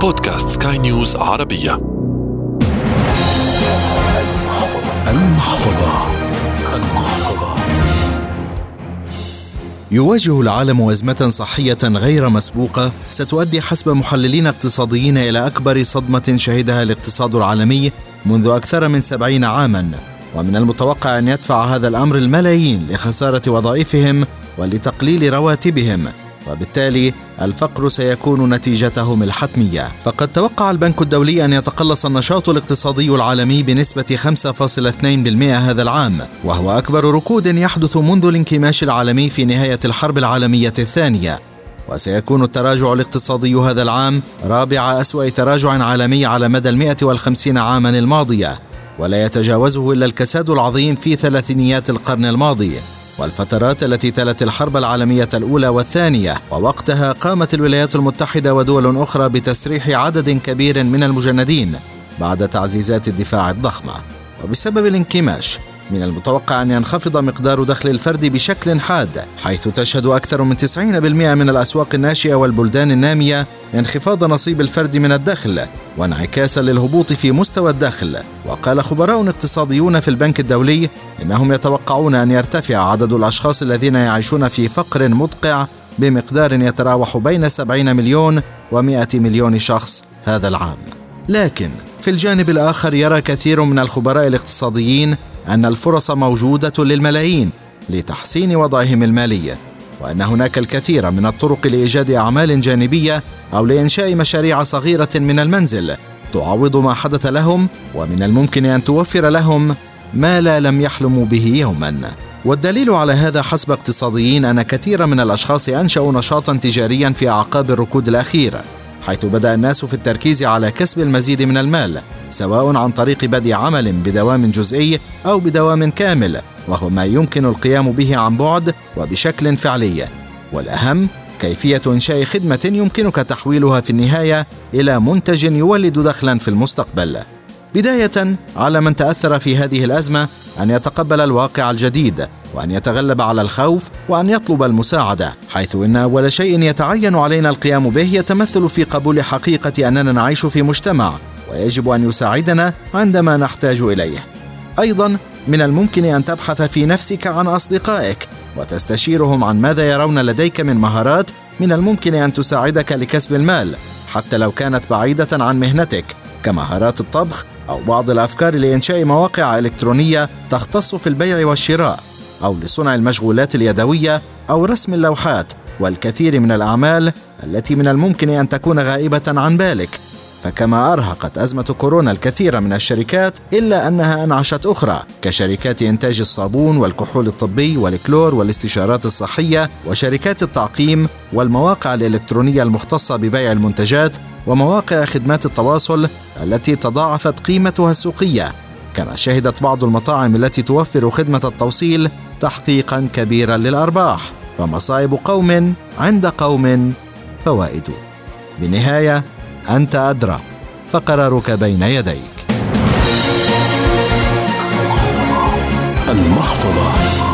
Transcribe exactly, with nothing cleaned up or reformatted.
بودكاست سكاي نيوز عربية. المحفظة. المحفظة. يواجه العالم أزمة صحية غير مسبوقة ستؤدي حسب محللين اقتصاديين إلى أكبر صدمة شهدها الاقتصاد العالمي منذ أكثر من سبعين عاماً، ومن المتوقع أن يدفع هذا الأمر الملايين لخسارة وظائفهم ولتقليل رواتبهم، وبالتالي الفقر سيكون نتيجتهم الحتمية. فقد توقع البنك الدولي أن يتقلص النشاط الاقتصادي العالمي بنسبة خمسة فاصلة اثنين بالمئة هذا العام، وهو أكبر ركود يحدث منذ الانكماش العالمي في نهاية الحرب العالمية الثانية. وسيكون التراجع الاقتصادي هذا العام رابع أسوأ تراجع عالمي على مدى المئة والخمسين عاما الماضية، ولا يتجاوزه إلا الكساد العظيم في ثلاثينيات القرن الماضي والفترات التي تلت الحرب العالمية الأولى والثانية، ووقتها قامت الولايات المتحدة ودول أخرى بتسريح عدد كبير من المجندين بعد تعزيزات الدفاع الضخمة. وبسبب الانكماش من المتوقع أن ينخفض مقدار دخل الفرد بشكل حاد، حيث تشهد أكثر من تسعين بالمئة من الأسواق الناشئة والبلدان النامية انخفاض نصيب الفرد من الدخل وانعكاسا للهبوط في مستوى الدخل. وقال خبراء اقتصاديون في البنك الدولي إنهم يتوقعون أن يرتفع عدد الأشخاص الذين يعيشون في فقر مدقع بمقدار يتراوح بين سبعين مليون ومئة مليون شخص هذا العام. لكن في الجانب الآخر يرى كثير من الخبراء الاقتصاديين أن الفرص موجودة للملايين لتحسين وضعهم المالي، وأن هناك الكثير من الطرق لإيجاد أعمال جانبية أو لإنشاء مشاريع صغيرة من المنزل تعوض ما حدث لهم، ومن الممكن أن توفر لهم ما لا لم يحلموا به يوما. والدليل على هذا حسب اقتصاديين أن كثير من الأشخاص أنشأوا نشاطا تجاريا في أعقاب الركود الأخير، حيث بدأ الناس في التركيز على كسب المزيد من المال، سواء عن طريق بدء عمل بدوام جزئي أو بدوام كامل، وهو ما يمكن القيام به عن بعد وبشكل فعلي. والأهم كيفية إنشاء خدمة يمكنك تحويلها في النهاية إلى منتج يولد دخلا في المستقبل. بداية على من تأثر في هذه الأزمة أن يتقبل الواقع الجديد، وأن يتغلب على الخوف، وأن يطلب المساعدة، حيث إن أول شيء يتعين علينا القيام به يتمثل في قبول حقيقة أننا نعيش في مجتمع ويجب أن يساعدنا عندما نحتاج إليه. أيضا من الممكن أن تبحث في نفسك عن أصدقائك وتستشيرهم عن ماذا يرون لديك من مهارات من الممكن أن تساعدك لكسب المال، حتى لو كانت بعيدة عن مهنتك، كمهارات الطبخ أو بعض الأفكار لإنشاء مواقع إلكترونية تختص في البيع والشراء، أو لصنع المشغولات اليدوية أو رسم اللوحات، والكثير من الأعمال التي من الممكن أن تكون غائبة عن بالك. فكما أرهقت أزمة كورونا الكثير من الشركات، إلا أنها أنعشت أخرى كشركات إنتاج الصابون والكحول الطبي والكلور والاستشارات الصحية وشركات التعقيم والمواقع الإلكترونية المختصة ببيع المنتجات ومواقع خدمات التواصل التي تضاعفت قيمتها السوقية. كما شهدت بعض المطاعم التي توفر خدمة التوصيل تحقيقا كبيرا للأرباح. فمصائب قوم عند قوم فوائد. بالنهاية أنت أدرى، فقرارك بين يديك. المحفظة.